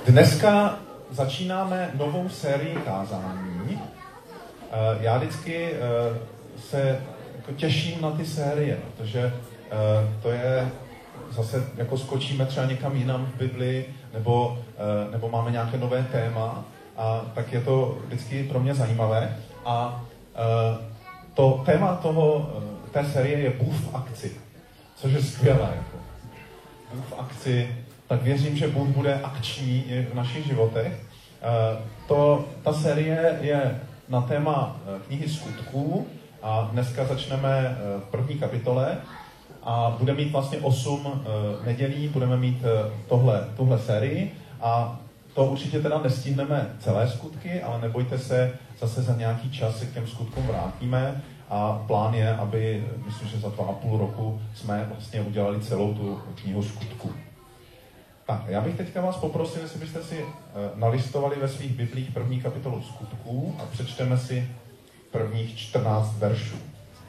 Dneska začínáme novou sérii kázání. Já vždycky se jako těším na ty série, protože to je zase jako skočíme třeba někam jinam v Bibli, nebo máme nějaké nové téma, a tak je to vždycky pro mě zajímavé. A to téma té série je Bůh v akci, což je skvělé. Jako. Bůh v akci, tak věřím, že Bůh bude akční i v našich životech. Ta série je na téma knihy Skutků a dneska začneme v první kapitole a bude mít vlastně 8 nedělí, budeme mít tuhle sérii a to určitě teda nestihneme celé skutky, ale nebojte se, zase za nějaký čas se k těm skutkům vrátíme a plán je, aby, myslím, že za 2,5 roku jsme vlastně udělali celou tu knihu Skutků. Tak, já bych teďka vás poprosil, jestli byste si nalistovali ve svých biblích první kapitolu Skutků a přečteme si prvních 14 veršů.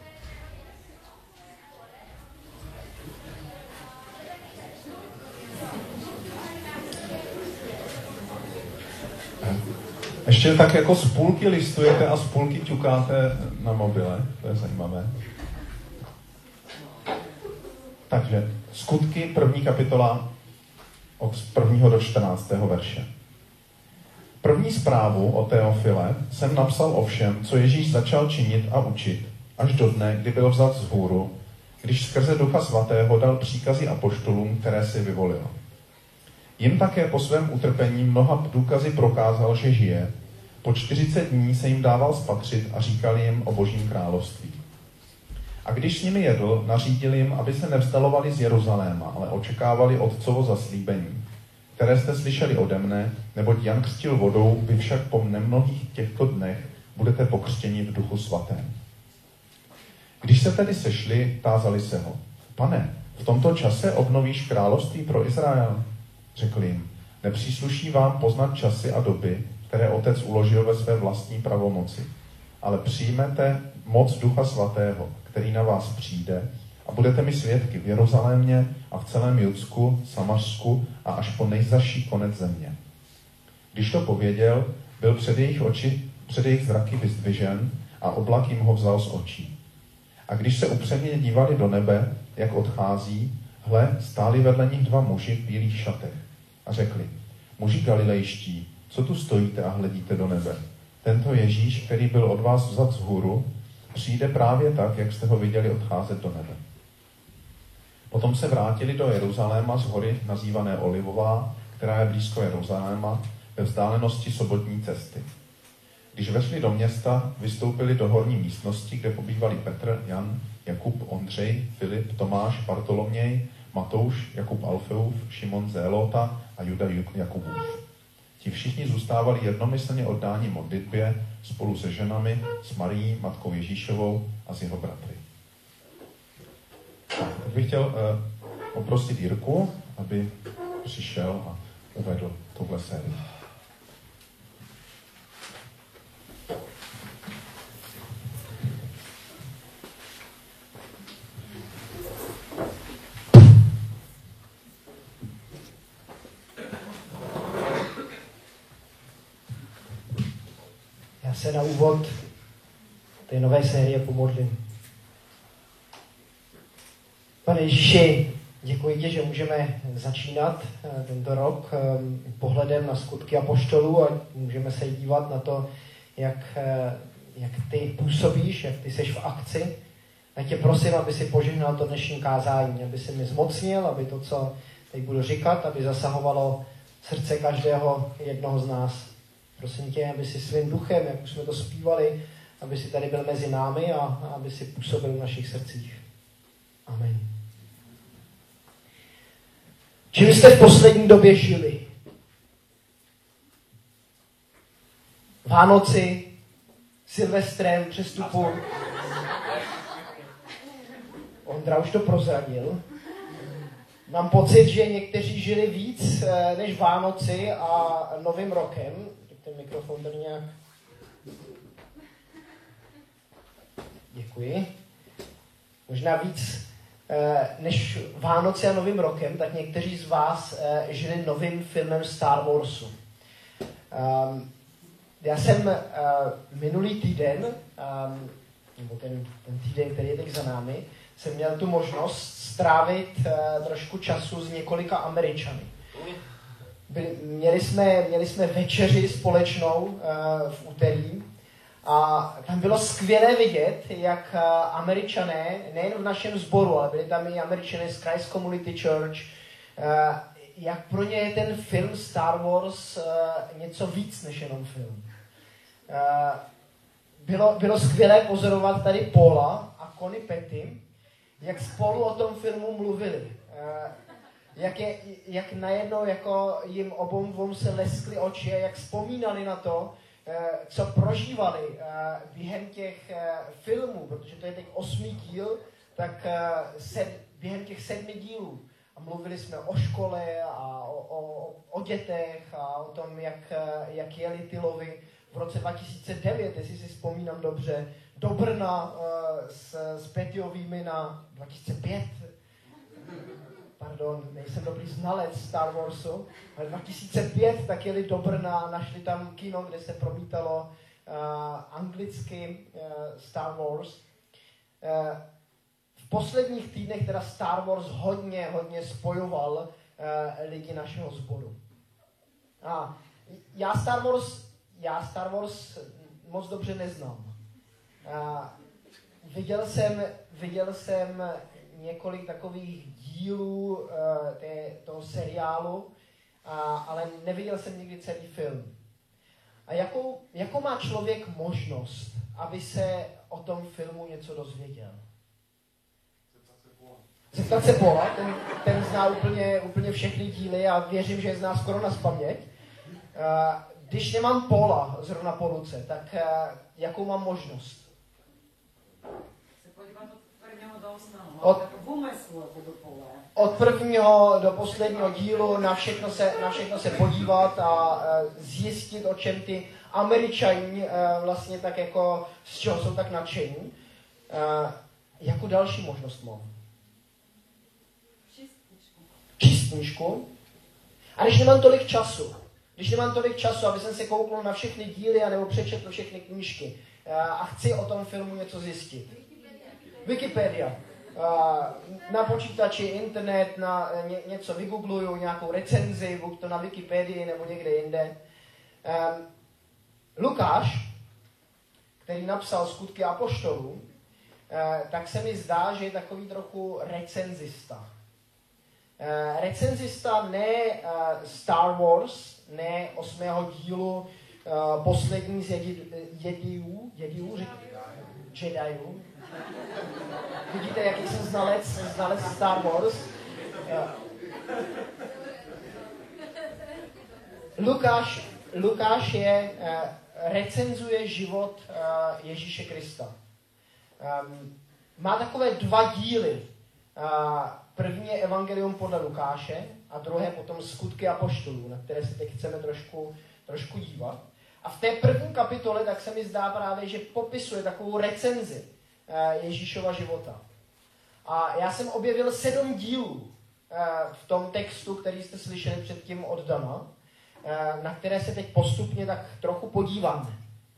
Ještě tak jako z půlky listujete a z půlky ťukáte na mobile, to je zajímavé. Takže Skutky, první kapitola, od 1. do 14. verše. První zprávu o Teofile jsem napsal o všem, co Ježíš začal činit a učit, až do dne, kdy byl vzat vzhůru, když skrze Ducha Svatého dal příkazy apoštolům, které si vyvolil. Jim také po svém utrpení mnoha důkazy prokázal, že žije. Po 40 dní se jim dával spatřit a říkal jim o Božím království. A když s nimi jedl, nařídil jim, aby se nevzdalovali z Jeruzaléma, ale očekávali Otcovo zaslíbení, které jste slyšeli ode mne, neboť Jan křtil vodou, vy však po nemnohých těchto dnech budete pokřtěni v Duchu Svatém. Když se tedy sešli, tázali se ho: Pane, v tomto čase obnovíš království pro Izrael? Řekl jim: Nepřísluší vám poznat časy a doby, které Otec uložil ve své vlastní pravomoci, ale přijmete moc Ducha Svatého, který na vás přijde, a budete mi svědky v Jeruzalémě a v celém Judsku, Samařsku a až po nejzazší konec země. Když to pověděl, byl před jejich zraky vyzdvižen a oblak jim ho vzal z očí. A když se upřeně dívali do nebe, jak odchází, hle, stáli vedle nich 2 muži v bílých šatech a řekli: Muži galilejští, co tu stojíte a hledíte do nebe? Tento Ježíš, který byl od vás vzat vzhůru, přijde právě tak, jak jste ho viděli odcházet do nebe. Potom se vrátili do Jeruzaléma z hory nazývané Olivová, která je blízko Jeruzaléma, ve vzdálenosti sobotní cesty. Když vešli do města, vystoupili do horní místnosti, kde pobývali Petr, Jan, Jakub, Ondřej, Filip, Tomáš, Bartoloměj, Matouš, Jakub Alfeův, Šimon Zélota a Juda Jakubův. Ti všichni zůstávali jednomyslně oddáni modlitbě spolu se ženami, s Marií, matkou Ježíšovou a s jeho bratry. Tak bych chtěl poprosit Jirku, aby přišel a uvedl tuhle sérii. Já se na úvod té nové série pomodlím. Pane Ježíši, děkuji ti, že můžeme začínat tento rok pohledem na skutky apoštolů a můžeme se dívat na to, jak ty působíš, jak ty seš v akci. Já tě prosím, aby si požehnal to dnešní kázání, aby si mi zmocnil, aby to, co teď budu říkat, aby zasahovalo srdce každého jednoho z nás. Prosím tě, aby si svým duchem, jak už jsme to zpívali, aby si tady byl mezi námi a aby si působil v našich srdcích. Amen. Čím jste v poslední době žili? Vánoci, Silvestrem, přestupu. Ondra už to prozradil. Mám pocit, že někteří žili víc než Vánoci a Novým rokem. Ten mikrofon tady nějak... Děkuji. Možná víc než Vánoce a Novým rokem, tak někteří z vás žili novým filmem Star Warsu. Já jsem minulý týden, nebo ten týden, který je teď za námi, jsem měl tu možnost strávit trošku času s několika Američany. Měli jsme večeři společnou v úterý a tam bylo skvělé vidět, jak Američané, nejen v našem sboru, ale byli tam i Američané z Christ Community Church, jak pro ně je ten film Star Wars něco víc než jenom film. Bylo skvělé pozorovat tady Paula a Connie Petty, jak spolu o tom filmu mluvili. Jak najednou jako jim obou se leskly oči, jak vzpomínali na to, co prožívali během těch filmů, protože to je teď 8. díl, tak během těch 7 dílů. A mluvili jsme o škole a o dětech a o tom, jak jeli ty lovy v roce 2009, jestli si vzpomínám dobře, do Brna s Peťovými na 2005. Pardon, nejsem dobrý znalec Star Warsu, ale 2005 tak jeli do Brna a našli tam kino, kde se promítalo anglicky Star Wars. V posledních týdnech teda Star Wars hodně spojoval lidi našeho sboru. A já Star Wars moc dobře neznám. Viděl jsem několik takových dílů toho seriálu, ale neviděl jsem nikdy celý film. A jakou má člověk možnost, aby se o tom filmu něco dozvěděl? Zeptat se Paula, ten zná úplně všechny díly a věřím, že je zná skoro nazpaměť. Když nemám Paula zrovna po ruce, tak jakou mám možnost? Od prvního do posledního dílu na všechno se podívat a zjistit, o čem ty Američani vlastně tak jako, z čeho jsou tak nadšení. Jakou další možnost mám? Číst knížku. A když nemám tolik času, aby jsem se kouknul na všechny díly anebo přečetl všechny knížky a chci o tom filmu něco zjistit. Wikipedia. Na počítači, internet, něco vygoogluju, nějakou recenzi, buď to na Wikipedii nebo někde jinde. Lukáš, který napsal Skutky apoštolů, tak se mi zdá, že je takový trochu recenzista. Recenzista ne Star Wars, ne 8. dílu, poslední z Jediů. Vidíte, jaký jsem znalec Star Wars. Lukáš recenzuje život Ježíše Krista. Má takové 2 díly. První je Evangelium podle Lukáše a druhé potom Skutky apoštolů, na které se teď chceme trošku dívat. A v té první kapitole tak se mi zdá právě, že popisuje takovou recenzi Ježíšova života. A já jsem objevil 7 dílů v tom textu, který jste slyšeli předtím od Dana, na které se teď postupně tak trochu podíváme.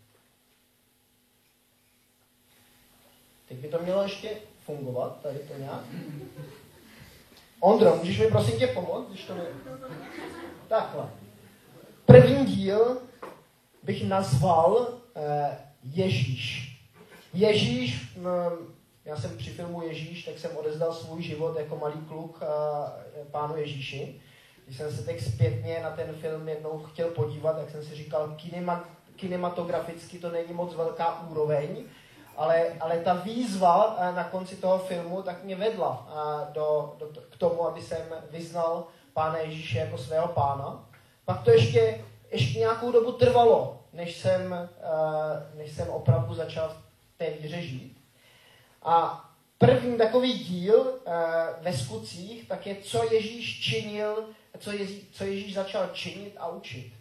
Teď by to mělo ještě fungovat, tady to nějak. Ondro, můžeš mi prosím tě pomoct, když to takhle. První díl bych nazval Ježíš. Ježíš, já jsem při filmu Ježíš, tak jsem odezdal svůj život jako malý kluk Pánu Ježíši. Když jsem se teď zpětně na ten film jednou chtěl podívat, tak jsem si říkal, kinematograficky to není moc velká úroveň, ale ta výzva na konci toho filmu tak mě vedla k tomu, aby jsem vyznal Pána Ježíše jako svého pána. Pak to ještě nějakou dobu trvalo, než jsem opravdu začal v té víře žít. A první takový díl ve Skutcích tak je, co Ježíš činil, co Ježíš začal činit a učit.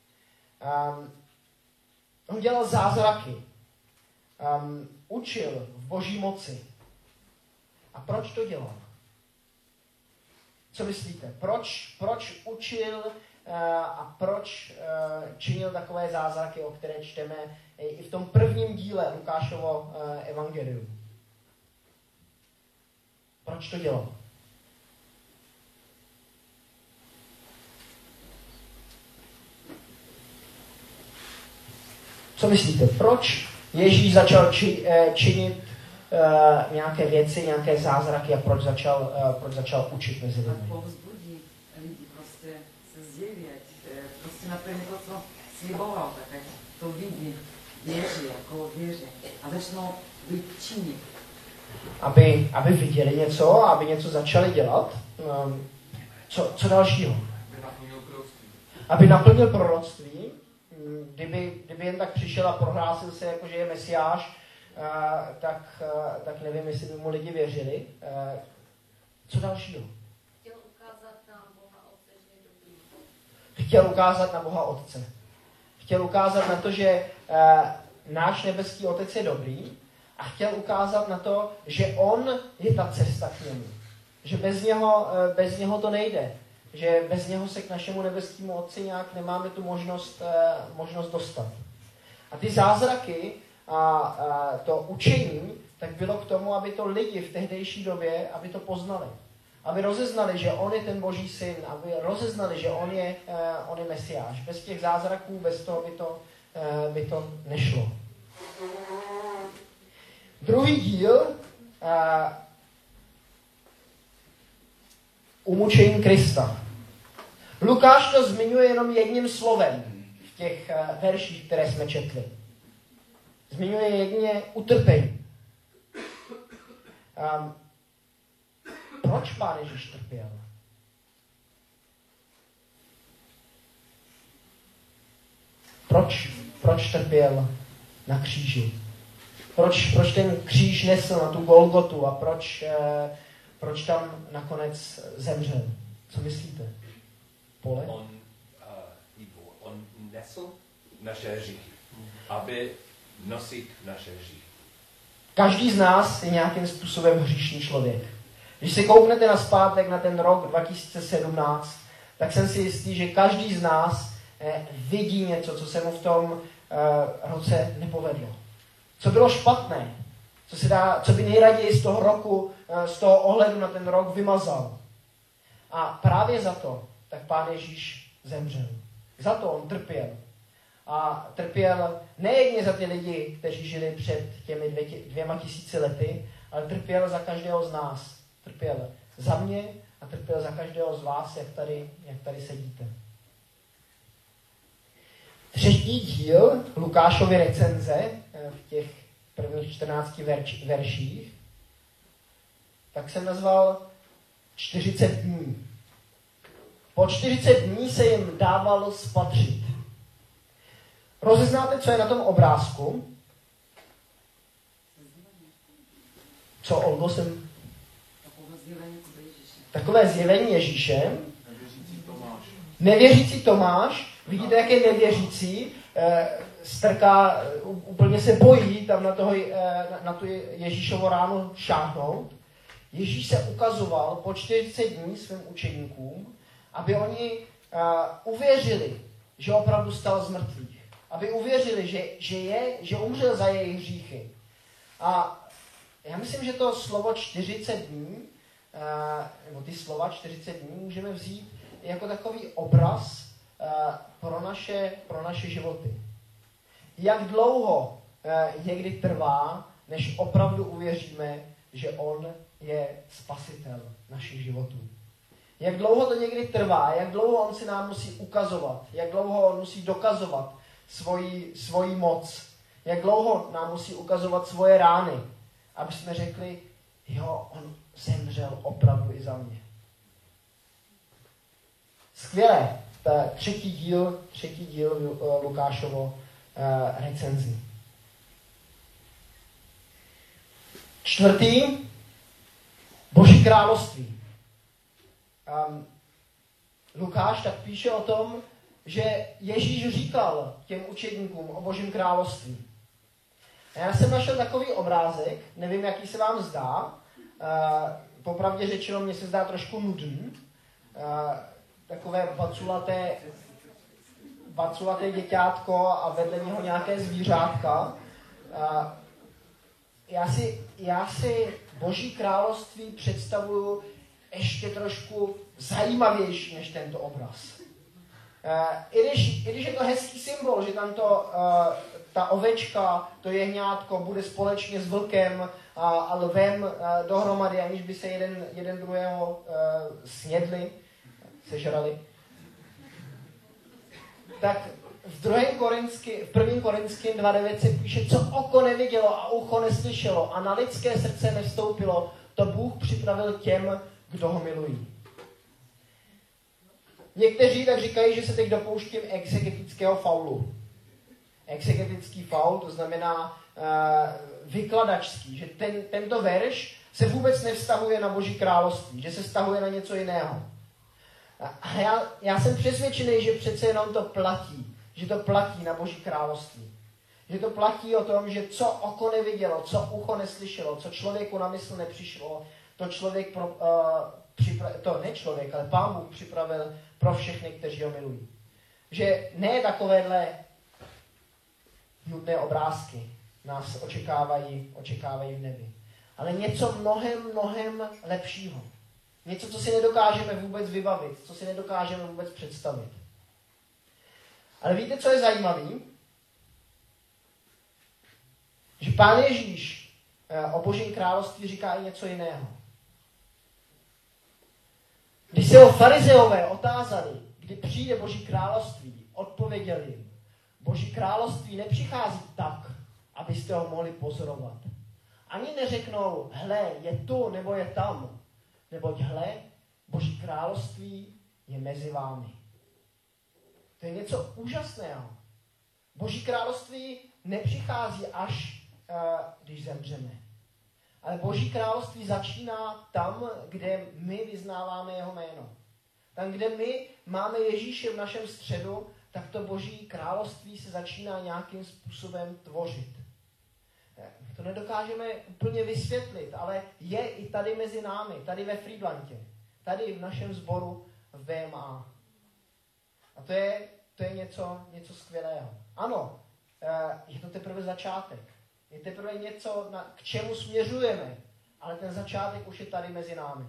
On dělal zázraky. Učil v boží moci. A proč to dělal? Co myslíte? Proč učil a proč činil takové zázraky, o které čteme i v tom prvním díle Lukášovo evangeliu? Proč to dělal? Co myslíte? Proč Ježíš začal činit nějaké věci, nějaké zázraky a proč začal učit mezi lidmi? Povzbudit lidi, prostě se zjevět, prostě naplnit to, co sliboval, tak ať to vidí, věří, jako věří a začnou být činit. Aby viděli něco, aby něco začali dělat. Co dalšího? Aby naplnil proroctví. Kdyby jen tak přišel a prohlásil se, jako že je Mesiáš, tak nevím, jestli by mu lidi věřili. Co dalšího? Chtěl ukázat na Boha Otce, že je dobrý. Chtěl ukázat na Boha Otce. Chtěl ukázat na to, že náš nebeský Otec je dobrý a chtěl ukázat na to, že on je ta cesta k němu. Že bez něho to nejde. Že bez něho se k našemu nebeskému Otci nějak nemáme tu možnost dostat. A ty zázraky a to učení tak bylo k tomu, aby to lidi v tehdejší době, aby to poznali. Aby rozeznali, že on je ten Boží syn, aby rozeznali, že on je Mesiáš. Bez těch zázraků, bez toho by to nešlo. Druhý díl umučení Krista. Lukáš to zmiňuje jenom jedním slovem v těch verších, které jsme četli. Zmiňuje jedině utrpení. Proč Pán Ježíš trpěl? Proč trpěl na kříži? Proč ten kříž nesl na tu Golgotu a proč tam nakonec zemřel? Co myslíte? Pole? On nesl naše hříchy, aby nosit naše hříchy. Každý z nás je nějakým způsobem hříšný člověk. Když se kouknete nazpátek na ten rok 2017, tak jsem si jistý, že každý z nás vidí něco, co se mu v tom roce nepovedlo. Co bylo špatné, co by nejraději z toho roku, z toho ohledu na ten rok vymazal. A právě za to tak Pán Ježíš zemřel. Za to on trpěl. A trpěl nejedně za ty lidi, kteří žili před těmi 2000 lety, ale trpěl za každého z nás. Trpěl za mě a trpěl za každého z vás, jak tady sedíte. Třetí díl Lukášovy recenze v těch prvních 14 verších, tak jsem nazval 40 dní. Po 40 dní se jim dával spatřit. Rozeznáte, co je na tom obrázku? Co, Olgo, jsem... Takové zjevení Ježíše. Nevěřící Tomáš. Vidíte, jak je nevěřící. Strká, úplně se bojí tam na tu Ježíšovo ránu šáhnout. Ježíš se ukazoval po 40 dní svým učeníkům, aby oni uvěřili, že opravdu stal z mrtvých. Aby uvěřili, že umřel za jejich hříchy. A já myslím, že to slovo 40 dní, nebo ty slova 40 dní můžeme vzít jako takový obraz pro naše životy. Jak dlouho někdy trvá, než opravdu uvěříme, že on je spasitel našich životů. Jak dlouho to někdy trvá, jak dlouho on si nám musí ukazovat, jak dlouho on musí dokazovat svoji moc, jak dlouho nám musí ukazovat svoje rány, aby jsme řekli, jo, on zemřel opravdu i za mě. Skvělé. Třetí díl Lukášovo recenzí. Čtvrtý, Boží království. Lukáš tak píše o tom, že Ježíš říkal těm učedníkům o Božím království. A já jsem našel takový obrázek, nevím, jaký se vám zdá, Popravdě řečeno, mně se zdá trošku nudný. Takové baculaté děťátko a vedle něho nějaké zvířátka. Já si Boží království představuju ještě trošku zajímavější než tento obraz. I když je to hezký symbol, že tam ta ovečka, to jehňátko bude společně s vlkem a lvem dohromady, aniž by se jeden druhého snědli, sežrali. Tak v 1. Korinským 2.9 se píše, co oko nevidělo a ucho neslyšelo a na lidské srdce nevstoupilo, to Bůh připravil těm, kdo ho milují. Někteří tak říkají, že se teď dopouštím exegetického faulu. Exegetický faul, to znamená vykladačský, že tento verš se vůbec nevztahuje na Boží království, že se vztahuje na něco jiného. A já jsem přesvědčený, že přece jenom to platí, že to platí na Boží království. Že to platí o tom, že co oko nevidělo, co ucho neslyšelo, co člověku na mysl nepřišlo, to člověk ale Pán Bůh připravil pro všechny, kteří ho milují. Že ne takovéhle nudné obrázky nás očekávají v nebi, ale něco mnohem lepšího. Něco, co si nedokážeme vůbec vybavit, co si nedokážeme vůbec představit. Ale víte, co je zajímavé? Že Pán Ježíš o Božím království říká i něco jiného. Když se ho farizeové otázali, kdy přijde Boží království, odpověděli jim, Boží království nepřichází tak, abyste ho mohli pozorovat. Ani neřeknou, hle, je tu nebo je tam. Neboť hle, Boží království je mezi vámi. To je něco úžasného. Boží království nepřichází až, když zemřeme. Ale Boží království začíná tam, kde my vyznáváme jeho jméno. Tam, kde my máme Ježíše v našem středu, tak to Boží království se začíná nějakým způsobem tvořit. To nedokážeme úplně vysvětlit, ale je i tady mezi námi, tady ve Frýdlantě, tady v našem sboru v BMA. A to je něco skvělého. Ano, je to teprve začátek. Je teprve něco, k čemu směřujeme, ale ten začátek už je tady mezi námi.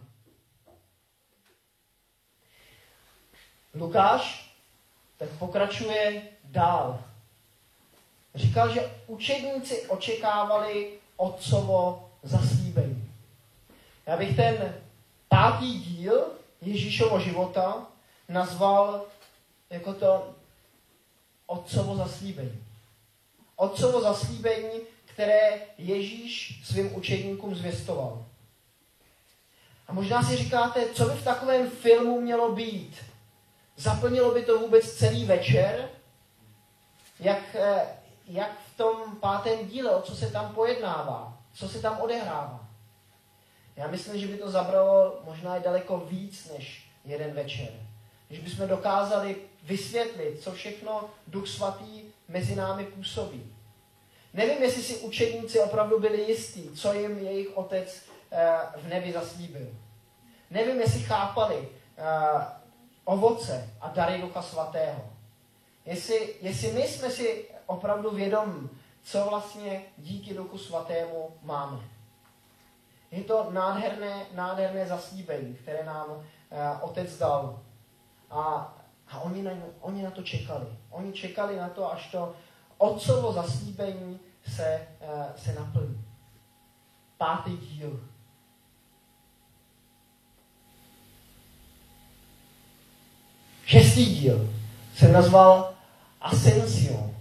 Lukáš tak pokračuje dál. Říkal, že učedníci očekávali otcovo zaslíbení. Já bych ten 5. díl Ježíšovo života nazval jako to otcovo zaslíbení. Otcovo zaslíbení, které Ježíš svým učedníkům zvěstoval. A možná si říkáte, co by v takovém filmu mělo být? Zaplnilo by to vůbec celý večer? Jak v tom 5. díle, o co se tam pojednává? Co se tam odehrává? Já myslím, že by to zabralo možná i daleko víc než jeden večer. Když bychom dokázali vysvětlit, co všechno Duch Svatý mezi námi působí. Nevím, jestli si učedníci opravdu byli jistí, co jim jejich otec v nebi zaslíbil. Nevím, jestli chápali ovoce a dary Ducha Svatého. Jestli my jsme si opravdu vědomí, co vlastně díky Duchu Svatému máme. Je to nádherné zaslíbení, které nám otec dal. A oni na to čekali. Oni čekali na to, až to otcovo zaslíbení se naplní. 5. díl. Šestý díl jsem nazval Ascension.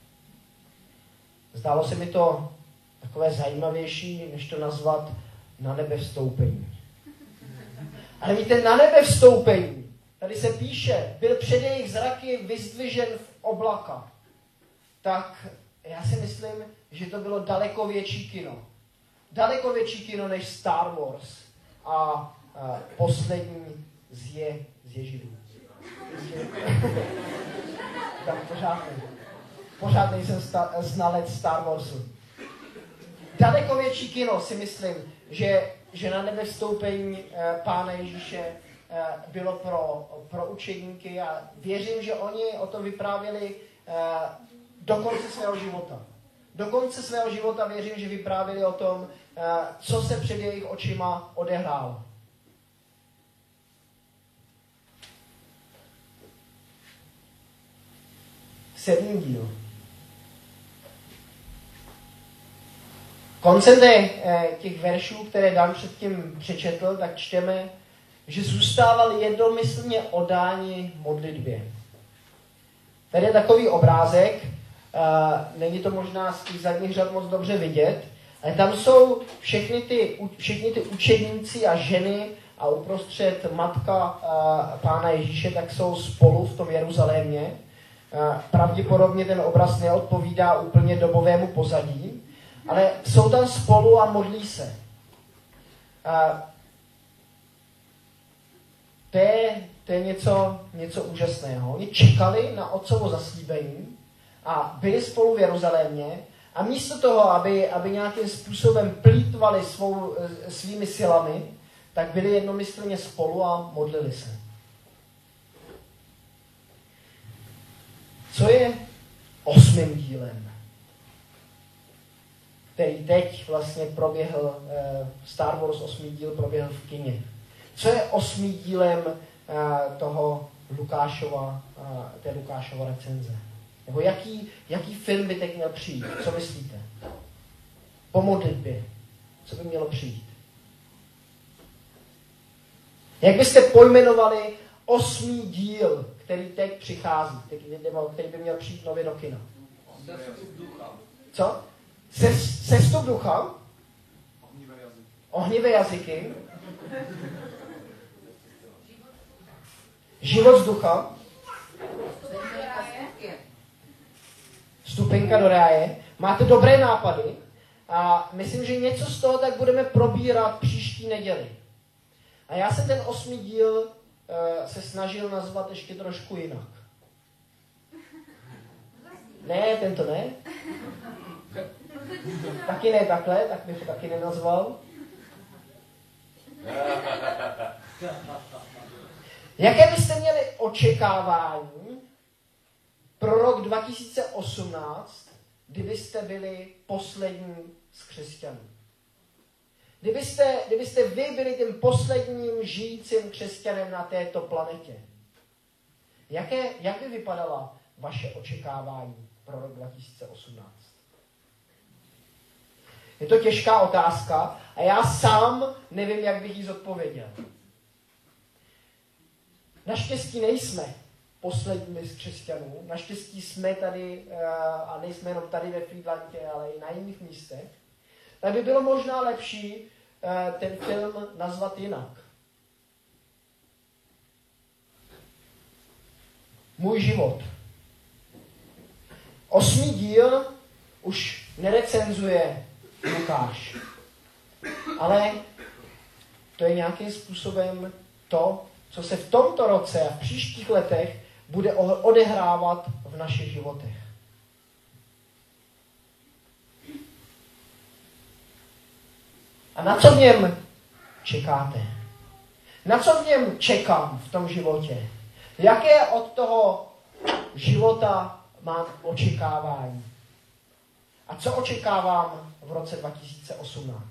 Zdálo se mi to takové zajímavější, než to nazvat na nebe vstoupení. Ale víte, na nebe vstoupení, tady se píše, byl před jejich zraky vyzdvižen v oblaka. Tak já si myslím, že to bylo daleko větší kino. Daleko větší kino než Star Wars a poslední z Ježidů. Tak pořád nejsem znalec Star Warsu. Daleko větší kino si myslím, že že na nebe vstoupení Pána Ježíše bylo pro učedníky a věřím, že oni o tom vyprávěli do konce svého života. Do konce svého života věřím, že vyprávěli o tom, co se před jejich očima odehrálo. Sedmý díl. Koncem těch veršů, které Dan předtím přečetl, tak čteme, že zůstávali jednomyslně oddáni modlitbě. Tady je takový obrázek, není to možná z těch zadních řad moc dobře vidět, ale tam jsou všechny ty učedníci a ženy a uprostřed matka Pána Ježíše, tak jsou spolu v tom Jeruzalémě. Pravděpodobně ten obraz neodpovídá úplně dobovému pozadí, ale jsou tam spolu a modlí se. To je něco úžasného. Oni čekali na otcovo zaslíbení a byli spolu v Jeruzalémě a místo toho, aby nějakým způsobem plýtvali svými silami, tak byli jednomyslně spolu a modlili se. Co je 8. dílem, který teď vlastně proběhl, Star Wars 8. díl proběhl v kině? Co je 8. dílem té Lukášova recenze? Nebo jaký film by teď měl přijít? Co myslíte? Po modlitbě. Co by mělo přijít? Jak byste pojmenovali 8. díl, který teď přichází, který by měl přijít nově do kina? Sestup ducha. Co? Sestup ducha? Ohnivé jazyky. Život z ducha. Vstupenka do ráje. Máte dobré nápady a myslím, že něco z toho tak budeme probírat příští neděli. A já jsem ten 8. díl se snažil nazvat ještě trošku jinak. Ne, tento ne. Taky ne takhle, tak bych to taky nenazval. Jaké byste měli očekávání pro rok 2018, kdybyste byli poslední z křesťanů? Kdybyste vy byli tím posledním žijícím křesťanem na této planetě, jak by vypadala vaše očekávání pro rok 2018? Je to těžká otázka a já sám nevím, jak bych ji zodpověděl. Naštěstí nejsme posledními z křesťanů. Naštěstí jsme tady, a nejsme jenom tady ve Frýdlantě, ale i na jiných místech. Tak by bylo možná lepší ten film nazvat jinak. Můj život. 8. díl už nerecenzuje Lukáš. Ale to je nějakým způsobem to, co se v tomto roce a v příštích letech bude odehrávat v našich životech. A na co v něm čekáte? Na co v něm čekám v tom životě? Jaké od toho života mám očekávání? A co očekávám v roce 2018?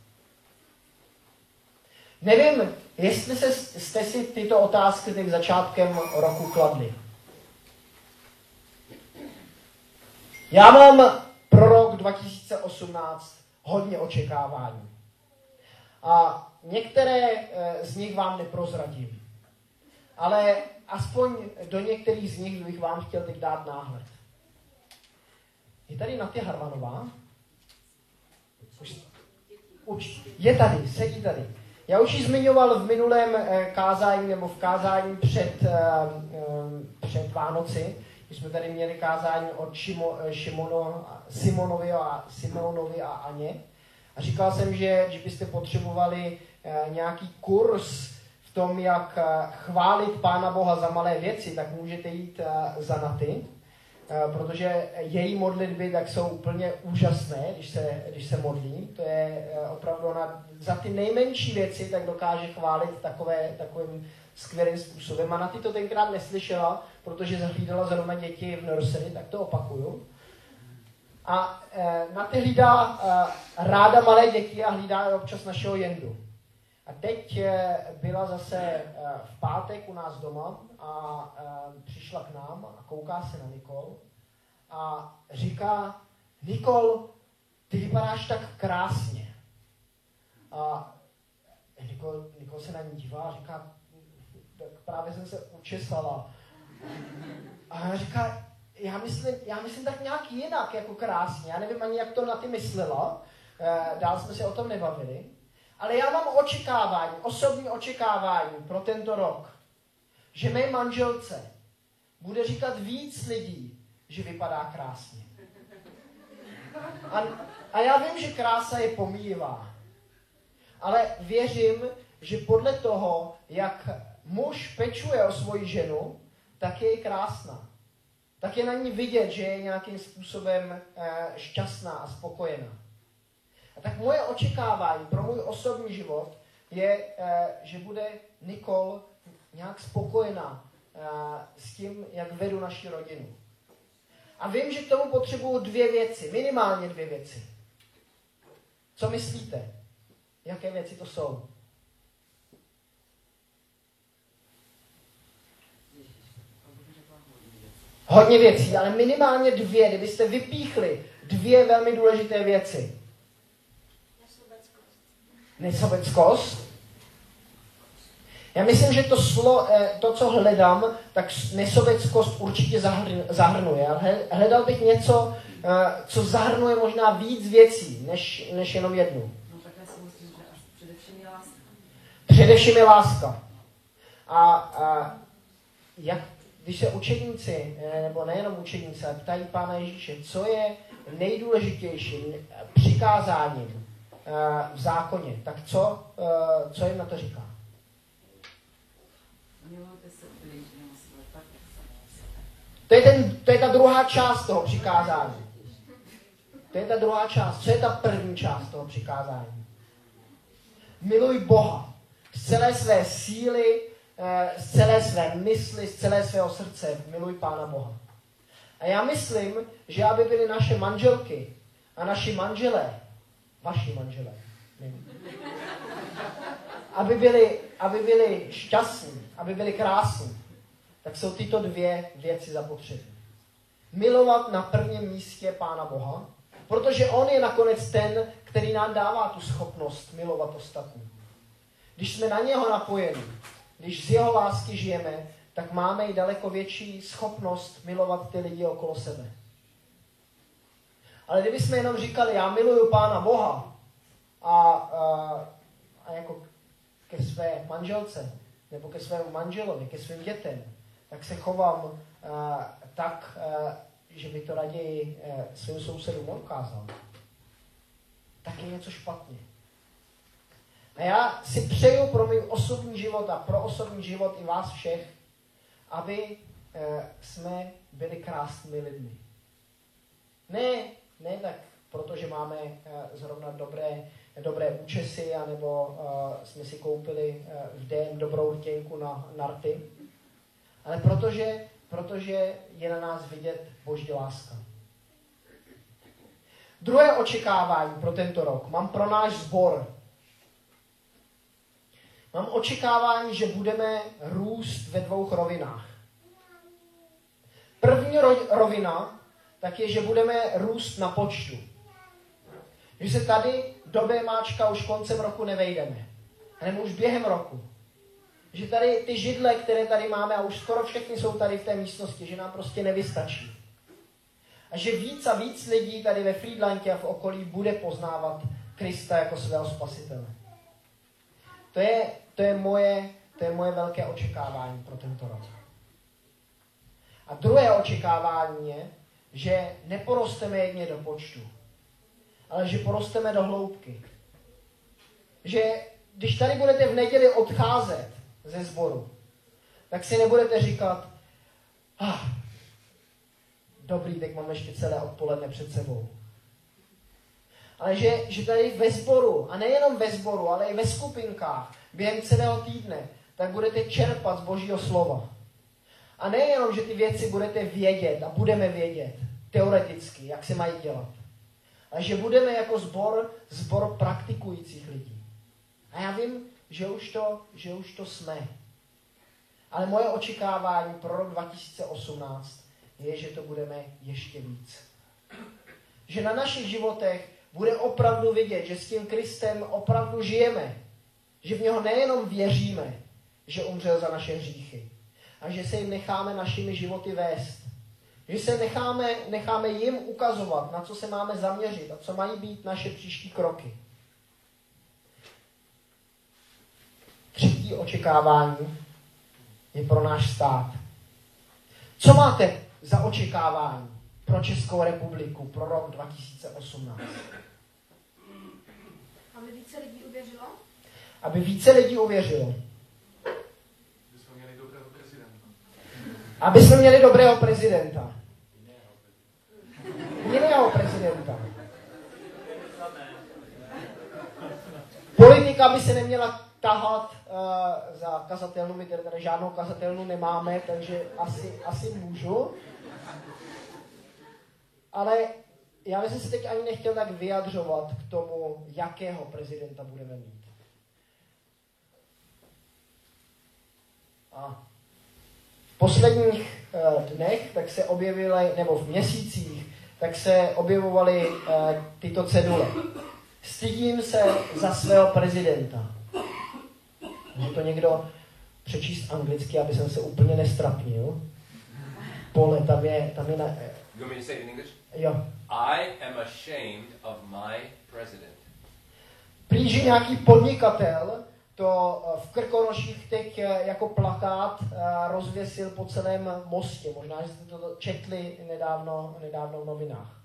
Nevím, jestli jste si tyto otázky teď začátkem roku kladli. Já mám pro rok 2018 hodně očekávání. A některé z nich vám neprozradím. Ale aspoň do některých z nich bych vám chtěl teď dát náhled. Je tady Natia Harvanová? Je tady, sedí tady. Já už ji zmiňoval v minulém kázání, nebo v kázání před Vánoci, když jsme tady měli kázání od Simonovi a Aně. A říkal jsem, že byste potřebovali nějaký kurz v tom, jak chválit Pána Boha za malé věci, tak můžete jít za Naty. protože její modlitby tak jsou úplně úžasné, když se modlí. To je opravdu ona za ty nejmenší věci tak dokáže chválit takovým skvělým způsobem. A na ty to tenkrát neslyšela, protože zahlídala zrovna děti v nursery, tak to opakuju. A na ty hlídá ráda malé děti a hlídá občas našeho Jendu. A teď byla zase v pátek u nás doma a přišla k nám a kouká se na Nikol a říká: Nikol, ty vypadáš tak krásně. A Nikol se na ní dívá a říká: tak právě jsem se učesala. A ona říká: já myslím tak nějak jinak, jako krásně. Já nevím ani, jak to na ty myslela. Dál jsme se o tom nebavili. Ale já mám osobní očekávání pro tento rok, že mé manželce bude říkat víc lidí, že vypadá krásně. A já vím, že krása je pomíjivá. Ale věřím, že podle toho, jak muž pečuje o svoji ženu, tak je krásná. Tak je na ní vidět, že je nějakým způsobem šťastná a spokojená. A tak moje očekávání pro můj osobní život je, že bude Nikol nějak spokojená s tím, jak vedu naši rodinu. A vím, že k tomu potřebuju 2 věci, minimálně 2 věci. Co myslíte? Jaké věci to jsou? Hodně věcí, ale minimálně 2, kdybyste vypíchli 2 velmi důležité věci. Nesobeckost. Já myslím, že to, co hledám, tak nesobeckost určitě zahrnuje. Hledal bych něco, co zahrnuje možná víc věcí, než jenom jednu. No tak já si myslím, že až především je láska. Především je láska. A jak, když se učedníci, nebo nejenom učedníci, ale ptají Pána Ježíše, co je nejdůležitějším přikázáním v zákoně, tak co jim na to říká? Milujte se bližního své tak, jak se. To je ta druhá část toho přikázání. To je ta druhá část. Co je ta první část toho přikázání? Miluj Boha z celé své síly, z celé své mysli, z celé svého srdce. Miluj Pána Boha. A já myslím, že aby byly naše manželky a naši manželé, vaši manželé, aby byli šťastní, aby byli krásní, tak jsou tyto 2 věci zapotřebí. Milovat na prvním místě Pána Boha, protože on je nakonec ten, který nám dává tu schopnost milovat ostatní. Když jsme na něho napojeni, když z jeho lásky žijeme, tak máme i daleko větší schopnost milovat ty lidi okolo sebe. Ale kdybychom jenom říkali, já miluju Pána Boha a jako ke své manželce, nebo ke svému manželovi, ke svým dětem, tak se chovám tak, že by to raději svým sousedům neukázal. Tak je něco špatně. A já si přeju pro můj osobní život a pro osobní život i vás všech, aby jsme byli krásnými lidmi. Ne tak, protože máme zrovna dobré účesy, anebo jsme si koupili v den dobrou rtěnku na rty, ale protože je na nás vidět Boží láska. Druhé očekávání pro tento rok mám pro náš sbor. Mám očekávání, že budeme růst ve 2 rovinách. První rovina tak je, že budeme růst na počtu. Že se tady do BMAčka už koncem roku nevejdeme. Nebo už během roku. Že tady ty židle, které tady máme, a už skoro všechny jsou tady v té místnosti, že nám prostě nevystačí. A že víc a víc lidí tady ve Frýdlantě a v okolí bude poznávat Krista jako svého spasitele. To je moje velké očekávání pro tento rok. A druhé očekávání je, že neporosteme jedně do počtu, ale že porosteme do hloubky. Že když tady budete v neděli odcházet ze sboru, tak si nebudete říkat, dobrý, tak máme ještě celé odpoledne před sebou. Ale že tady ve sboru, a nejenom ve sboru, ale i ve skupinkách, během celého týdne, tak budete čerpat z Božího slova. A nejenom, že ty věci budete vědět a budeme vědět teoreticky, jak se mají dělat. Ale že budeme jako sbor praktikujících lidí. A já vím, že už to jsme. Ale moje očekávání pro rok 2018 je, že to budeme ještě víc. Že na našich životech bude opravdu vidět, že s tím Kristem opravdu žijeme. Že v něho nejenom věříme, že umřel za naše hříchy, a že se jim necháme našimi životy vést. Že se necháme jim ukazovat, na co se máme zaměřit a co mají být naše příští kroky. Třetí očekávání je pro náš stát. Co máte za očekávání pro Českou republiku pro rok 2018? Aby více lidí uvěřilo? Aby více lidí uvěřilo. Aby jsme měli dobrého prezidenta. Jiného prezidenta. Politika by se neměla tahat za kazatelnu. My tady žádnou kazatelnu nemáme, takže asi můžu. Ale já bych se teď ani nechtěl tak vyjadřovat k tomu, jakého prezidenta budeme mít. A v posledních dnech, tak se objevily, nebo v měsících, tak se objevovaly tyto cedule. Stydím se za svého prezidenta. Může to někdo přečíst anglicky, aby jsem se úplně nestrapnil. Pole, tam je na... You want me to say it in English? Jo. I am ashamed of my president. Prý, že nějaký podnikatel to v Krkonoších teď jako plakát rozvěsil po celém mostě. Možná, že jste to četli nedávno v novinách.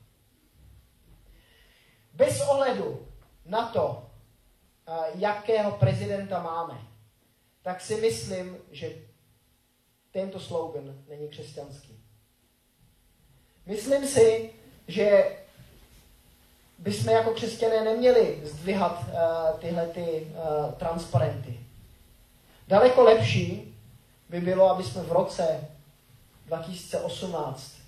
Bez ohledu na to, jakého prezidenta máme, tak si myslím, že tento slogan není křesťanský. Myslím si, že bychom jako křesťané neměli zdvihat tyhle transparenty. Daleko lepší by bylo, aby jsme v roce 2018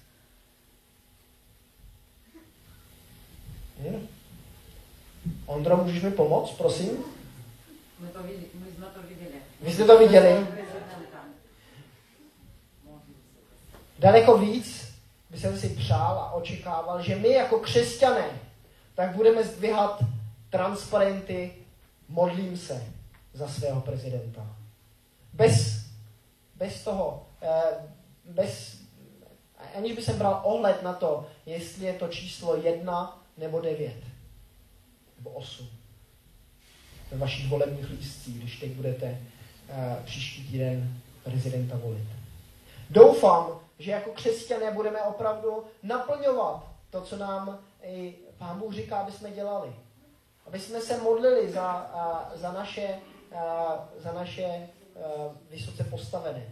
Ondro, můžeš mi pomoct, prosím? My jsme to viděli. Vy jste to viděli? Daleko víc by jsem si přál a očekával, že my jako křesťané tak budeme zdvihat transparenty modlím se za svého prezidenta. Bez toho, aniž by jsem bral ohled na to, jestli je to číslo 1 nebo 9 nebo 8 ve vašich volebních lístcích, když teď budete příští týden prezidenta volit. Doufám, že jako křesťané budeme opravdu naplňovat to, co nám i Pán Bůh říká, aby jsme dělali. Aby jsme se modlili za naše vysoce postavené.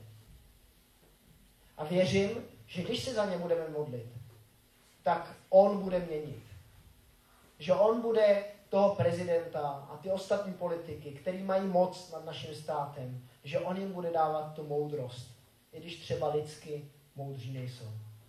A věřím, že když se za ně budeme modlit, tak on bude měnit. Že on bude toho prezidenta a ty ostatní politiky, který mají moc nad naším státem, že on jim bude dávat tu moudrost, i když třeba lidsky moudří nejsou.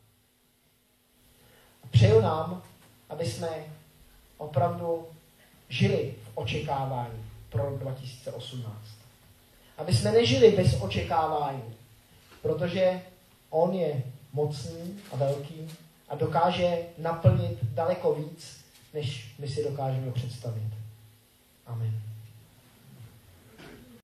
A přeju nám, aby jsme opravdu žili v očekávání pro rok 2018. Aby jsme nežili bez očekávání, protože on je mocný a velký a dokáže naplnit daleko víc, než my si dokážeme představit.